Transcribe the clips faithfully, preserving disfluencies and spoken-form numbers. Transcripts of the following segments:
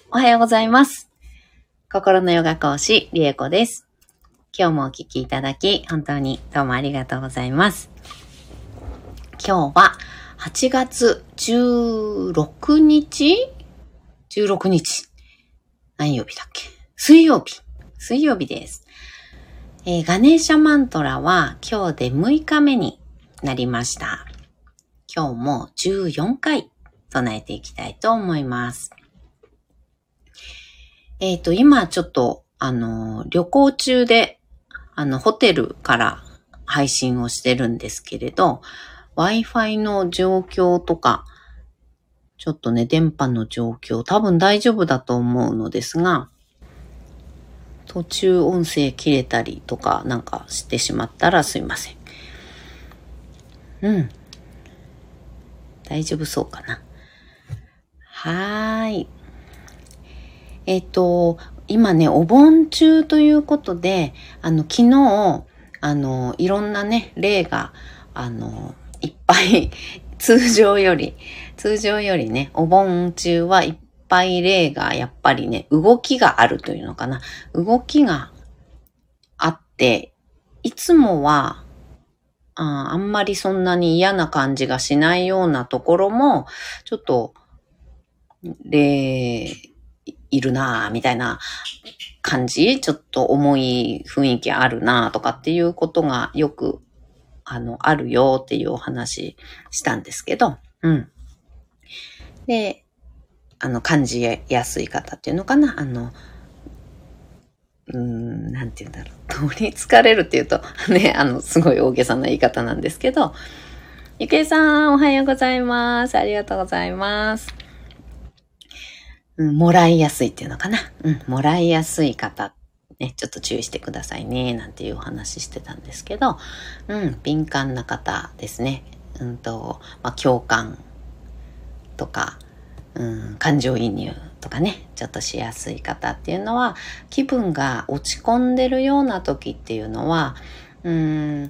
おはようございます。心のヨガ講師、リエコです。今日もお聞きいただき、本当にどうもありがとうございます。今日ははちがつじゅうろくにち ?じゅうろくにち。何曜日だっけ？水曜日。水曜日です。えー、ガネーシャマントラは今日でむいかめになりました。今日もじゅうよんかい唱えていきたいと思います。えっと、今ちょっと、あの、旅行中で、あの、ホテルから配信をしてるんですけれど、Wi-Fi の状況とか、ちょっとね、電波の状況、多分大丈夫だと思うのですが、途中音声切れたりとかなんかしてしまったらすいません。うん。大丈夫そうかな。はーい。えっと、今ね、お盆中ということで、あの、昨日、あの、いろんなね、例が、あの、いっぱい、通常より、通常よりね、お盆中はいっぱい例が、やっぱりね、動きがあるというのかな。動きがあって、いつもは、あ、あんまりそんなに嫌な感じがしないようなところも、ちょっと、例、いるなぁ、みたいな感じ、ちょっと重い雰囲気あるなとかっていうことがよく、あの、あるよっていうお話したんですけど、うん。で、あの、感じやすい方っていうのかな、あの、うーん、なんて言うんだろう。取り憑かれるっていうと、ね、あの、すごい大げさな言い方なんですけど、ゆけいさん、おはようございます。ありがとうございます。うん、もらいやすいっていうのかな。うん、もらいやすい方、ね、ちょっと注意してくださいね、なんていうお話してたんですけど、うん、敏感な方ですね。うんと、まあ、共感とか、うん、感情移入とかね、ちょっとしやすい方っていうのは、気分が落ち込んでるような時っていうのは、うん、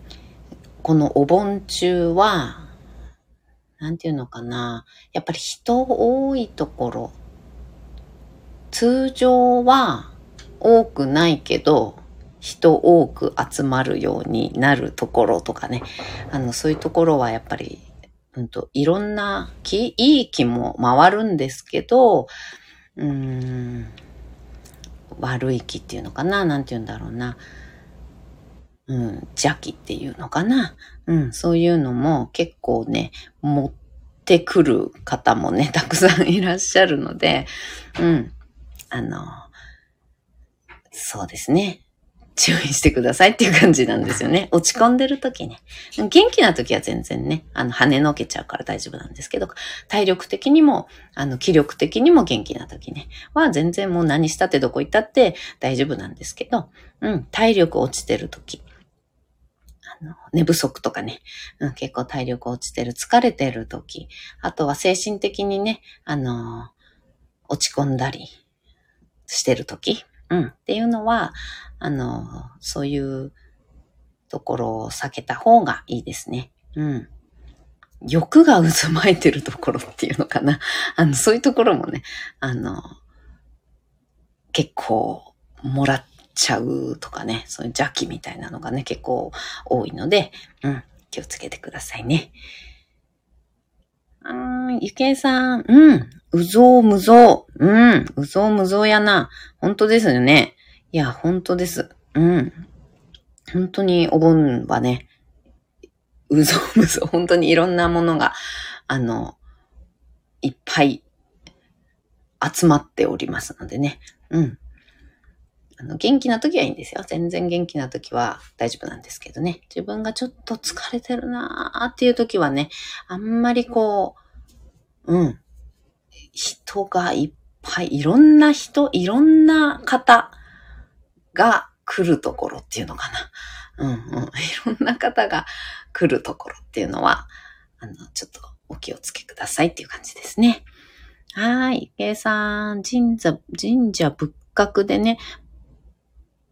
このお盆中は、なんていうのかな、やっぱり人多いところ、通常は多くないけど人多く集まるようになるところとかね、あのそういうところはやっぱり、うんと、いろんな気、いい気も回るんですけど、うーん、悪い気っていうのかな、なんて言うんだろうな、うん、邪気っていうのかな、うん、そういうのも結構ね、持ってくる方もね、たくさんいらっしゃるので、うん、あの、そうですね。注意してくださいっていう感じなんですよね。落ち込んでる時ね。元気な時は全然ね、あの、跳ねのけちゃうから大丈夫なんですけど、体力的にも、あの、気力的にも元気な時ね、は全然もう何したってどこ行ったって大丈夫なんですけど、うん、体力落ちてる時、あの、寝不足とかね、うん、結構体力落ちてる、疲れてる時、あとは精神的にね、あの、落ち込んだりしてる時、うん、っていうのは、あの、そういうところを避けた方がいいですね。うん。欲が渦巻いてるところっていうのかな。あの、そういうところもね、あの、結構もらっちゃうとかね、そういう邪気みたいなのがね、結構多いので、うん、気をつけてくださいね。あー、ゆけいさん、うん、うぞうむぞう、うん、うぞうむぞうやな。本当ですよね。いや、本当です。うん。本当にお盆はね、うぞうむぞう、本当にいろんなものが、あの、いっぱい集まっておりますのでね。うん。あの、元気な時はいいんですよ。全然元気な時は大丈夫なんですけどね。自分がちょっと疲れてるなーっていう時はね、あんまりこう、うん。人がいっぱい、いろんな人、いろんな方が来るところっていうのかな。うんうん。いろんな方が来るところっていうのは、あの、ちょっとお気をつけくださいっていう感じですね。はい。計算、神社、神社仏閣でね、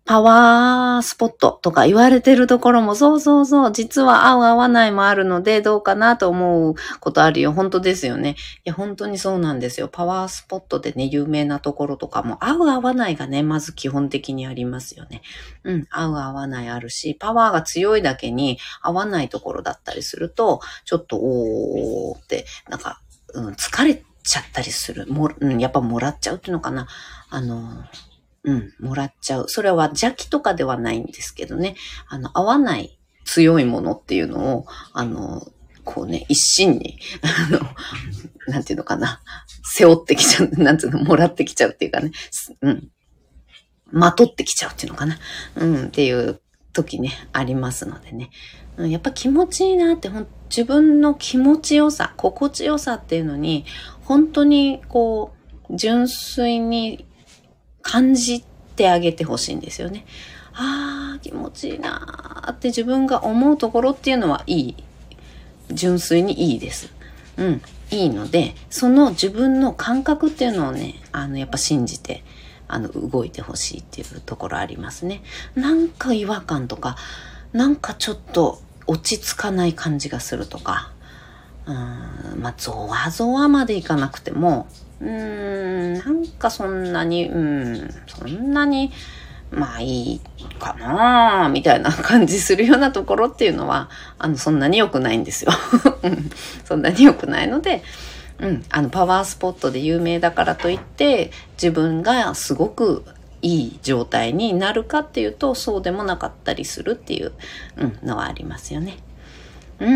パワースポットとか言われてるところも、そうそうそう、実は合う合わないもあるので、どうかなと思うことあるよ。本当ですよね。いや、本当にそうなんですよ。パワースポットでね、有名なところとかも、合う合わないがね、まず基本的にありますよね。うん、合う合わないあるし、パワーが強いだけに合わないところだったりすると、ちょっと、おーって、なんか、うん、疲れちゃったりする。も、うん、やっぱもらっちゃうっていうのかな。あの、うん、もらっちゃう。それは邪気とかではないんですけどね。あの、合わない強いものっていうのを、あの、こうね、一心に、あの、なんていうのかな。背負ってきちゃう。なんていうの、もらってきちゃうっていうかね。うん。まとってきちゃうっていうのかな。うん、っていう時ね、ありますのでね。うん、やっぱ気持ちいいなって、ほん、自分の気持ちよさ、心地よさっていうのに、本当にこう、純粋に感じてあげてほしいんですよね。ああ、気持ちいいなーって自分が思うところっていうのはいい。純粋にいいです。うん。いいので、その自分の感覚っていうのをね、あの、やっぱ信じて、あの、動いてほしいっていうところありますね。なんか違和感とか、なんかちょっと落ち着かない感じがするとか、うーん、まあ、ゾワゾワまでいかなくても、うーん、なんかそんなに、うん、そんなに、まあいいかなみたいな感じするようなところっていうのは、あの、そんなに良くないんですよ。そんなに良くないので、うん、あの、パワースポットで有名だからといって、自分がすごくいい状態になるかっていうと、そうでもなかったりするっていう、うん、のはありますよね。うん。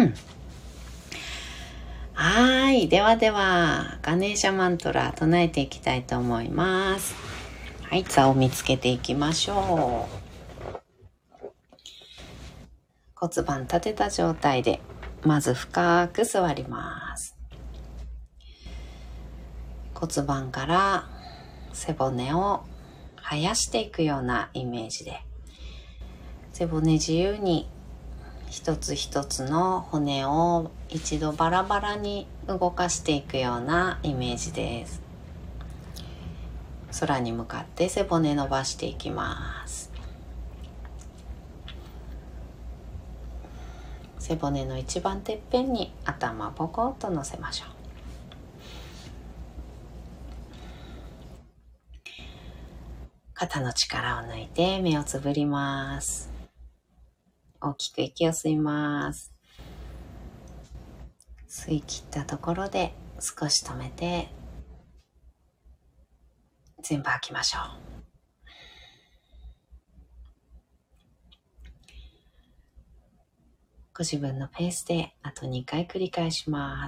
はい。ではでは、ガネーシャマントラ唱えていきたいと思います。はい。座を見つけていきましょう。骨盤立てた状態で、まず深く座ります。骨盤から背骨を生やしていくようなイメージで、背骨自由に一つ一つの骨を一度バラバラに動かしていくようなイメージです。空に向かって背骨伸ばしていきます。背骨の一番てっぺんに頭ポコッと乗せましょう。肩の力を抜いて目をつぶります。大きく息を吸います。吸い切ったところで少し止めて全部吐きましょう。ご自分のペースであとにかい繰り返します。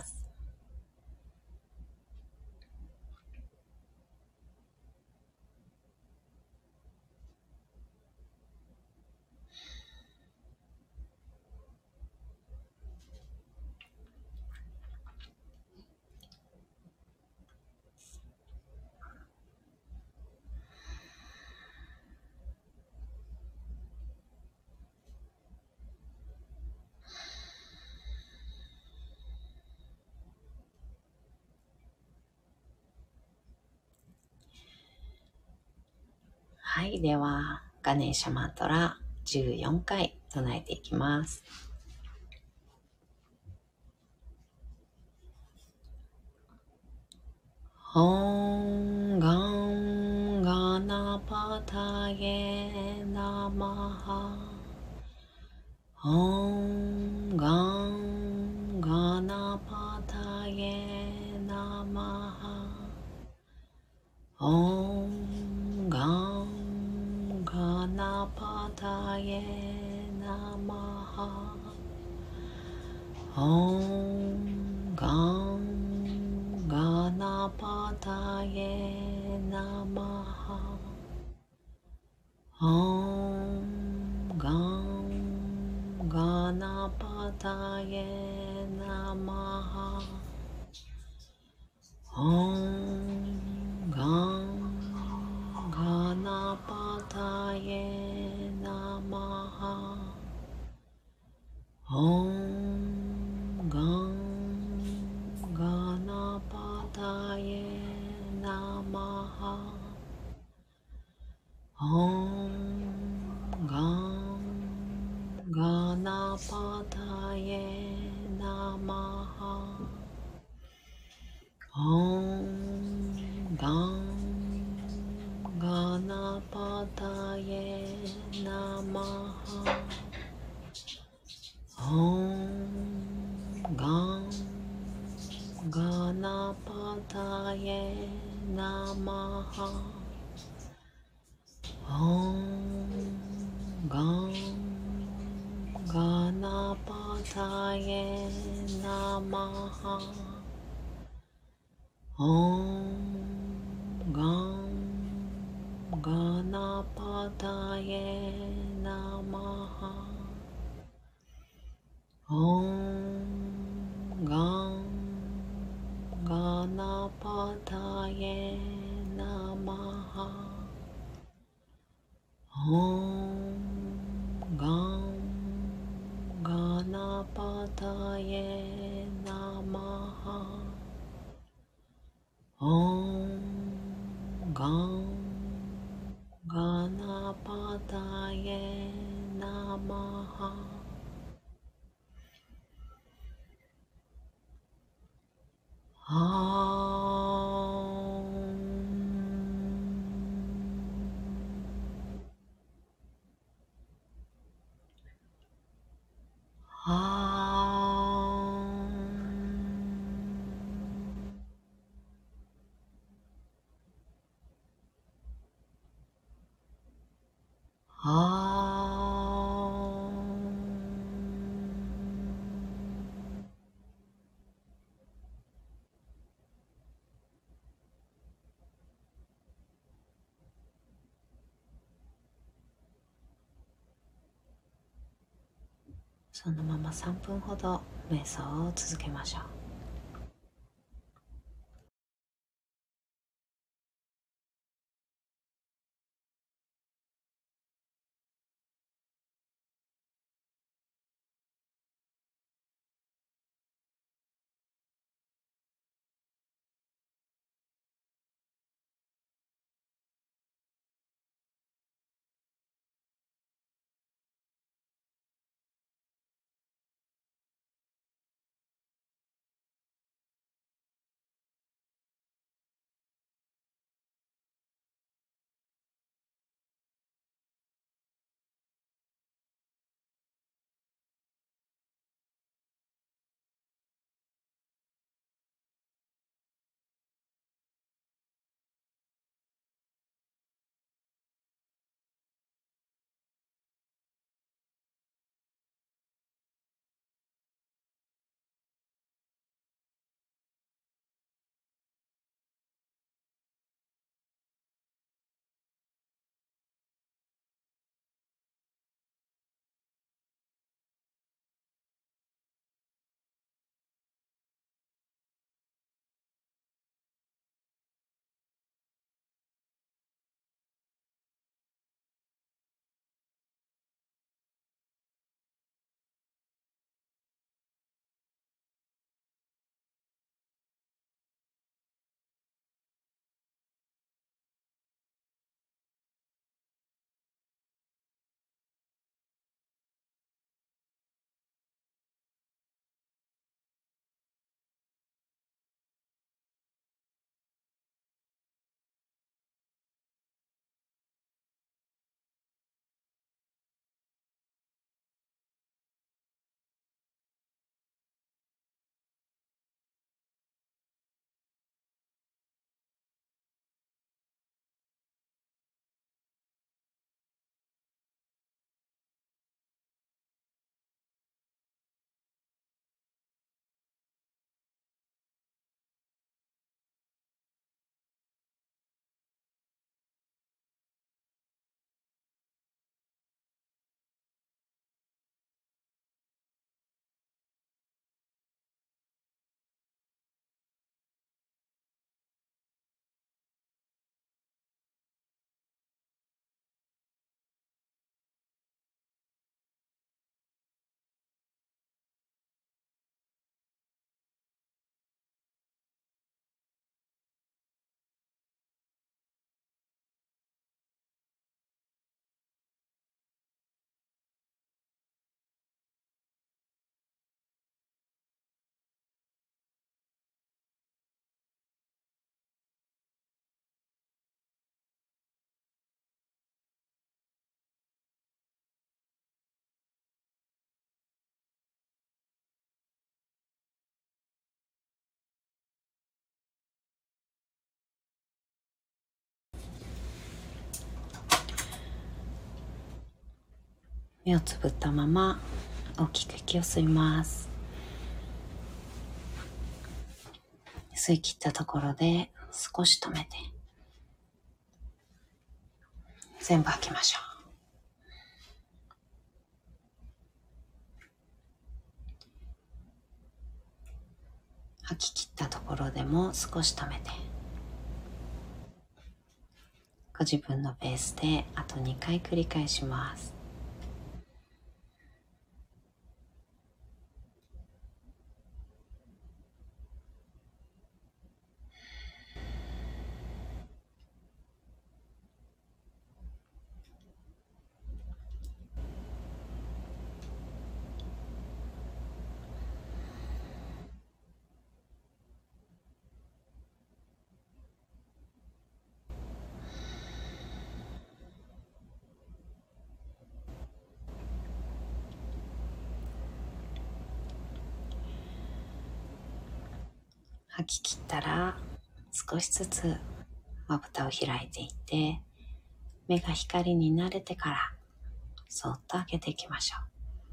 はい、ではガネーシャマントラじゅうよんかい唱えていきます。オンガンガナパタゲナマハ。オンガンガナパタゲナマハ。オンガンガナパタゲナマハ。オンガンガナパタゲナマハ。オンガンガナパタゲナマハ。オンガンガナパタゲナマハ。オンガンガナパタゲナマハ。オンタエナマハ。オンガンガナパタエナマハ。オンガンガナパタエナマハ。オンガンガナパタエナマハ。オンガンガナパタエナマハ。オンガンガナパタエナマハ。オンガンガナパタエナマハ。オンガンガナパタエナマハ。あーあーあそのままさんぷんほど瞑想を続けましょう。 目をつぶったまま大きく息を吸います。吸い切ったところで少し止めて全部吐きましょう。吐き切ったところでも少し止めて、ご自分のペースであとにかい繰り返します。吐き切ったら少しずつまぶたを開いていって、目が光に慣れてからそっと開けていきましょう。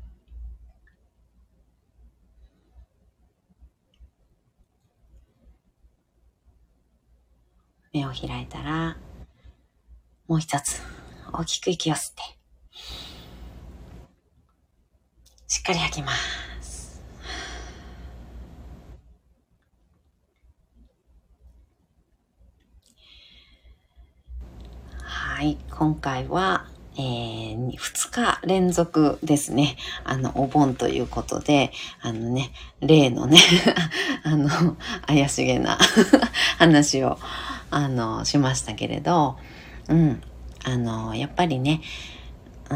目を開いたらもう一つ大きく息を吸ってしっかり吐きます。はい、今回は、えー、ふつか連続ですね。あのお盆ということで、あのね、例のねあの怪しげな話をあのしましたけれど、うん、あのやっぱりね、うん、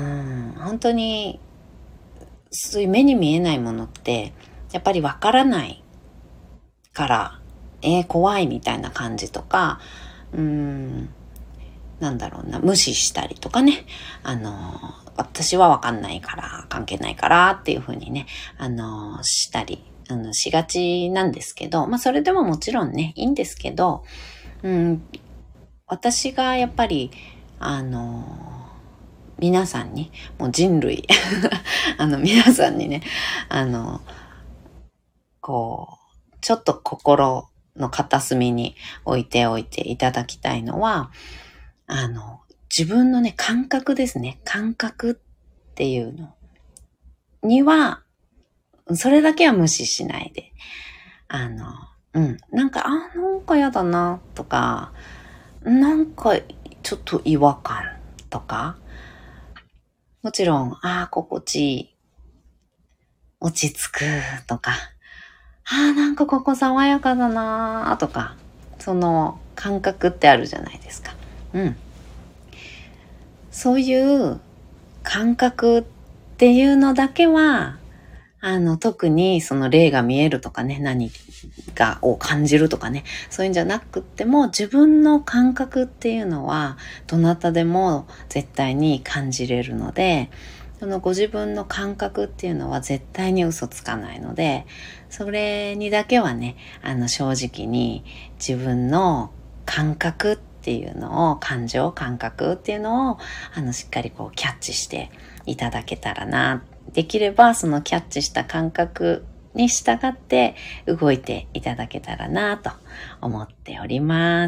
本当にそういう目に見えないものってやっぱりわからないから、えー、怖いみたいな感じとか、うーん、なんだろうな、無視したりとかね、あの、私はわかんないから、関係ないからっていう風にね、あの、したり、あの、しがちなんですけど、まあそれでももちろんね、いいんですけど、うん、私がやっぱり、あの、皆さんに、もう人類、あの、皆さんにね、あの、こう、ちょっと心の片隅に置いておいていただきたいのは、あの、自分のね、感覚ですね。感覚っていうのには、それだけは無視しないで。あの、うん。なんか、あ、なんかやだな、とか、なんかちょっと違和感とか、もちろん、あ、心地いい、落ち着くとか、あ、なんかここ爽やかだな、とか、その感覚ってあるじゃないですか。うん。そういう感覚っていうのだけは、あの、特にその霊が見えるとかね、何かを感じるとかね、そういうんじゃなくっても、自分の感覚っていうのは、どなたでも絶対に感じれるので、そのご自分の感覚っていうのは絶対に嘘つかないので、それにだけはね、あの、正直に自分の感覚っていうのを、感情、感覚っていうのを、あの、しっかりこうキャッチしていただけたらな。できればそのキャッチした感覚に従って動いていただけたらなと思っております。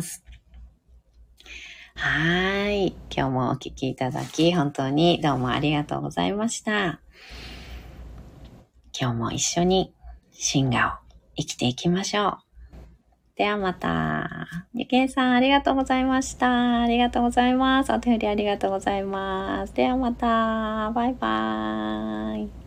はい。今日もお聞きいただき本当にどうもありがとうございました。今日も一緒に真我を生きていきましょう。ではまた。ゆけいさんありがとうございました。ありがとうございます。お便りありがとうございます。ではまた。バイバーイ。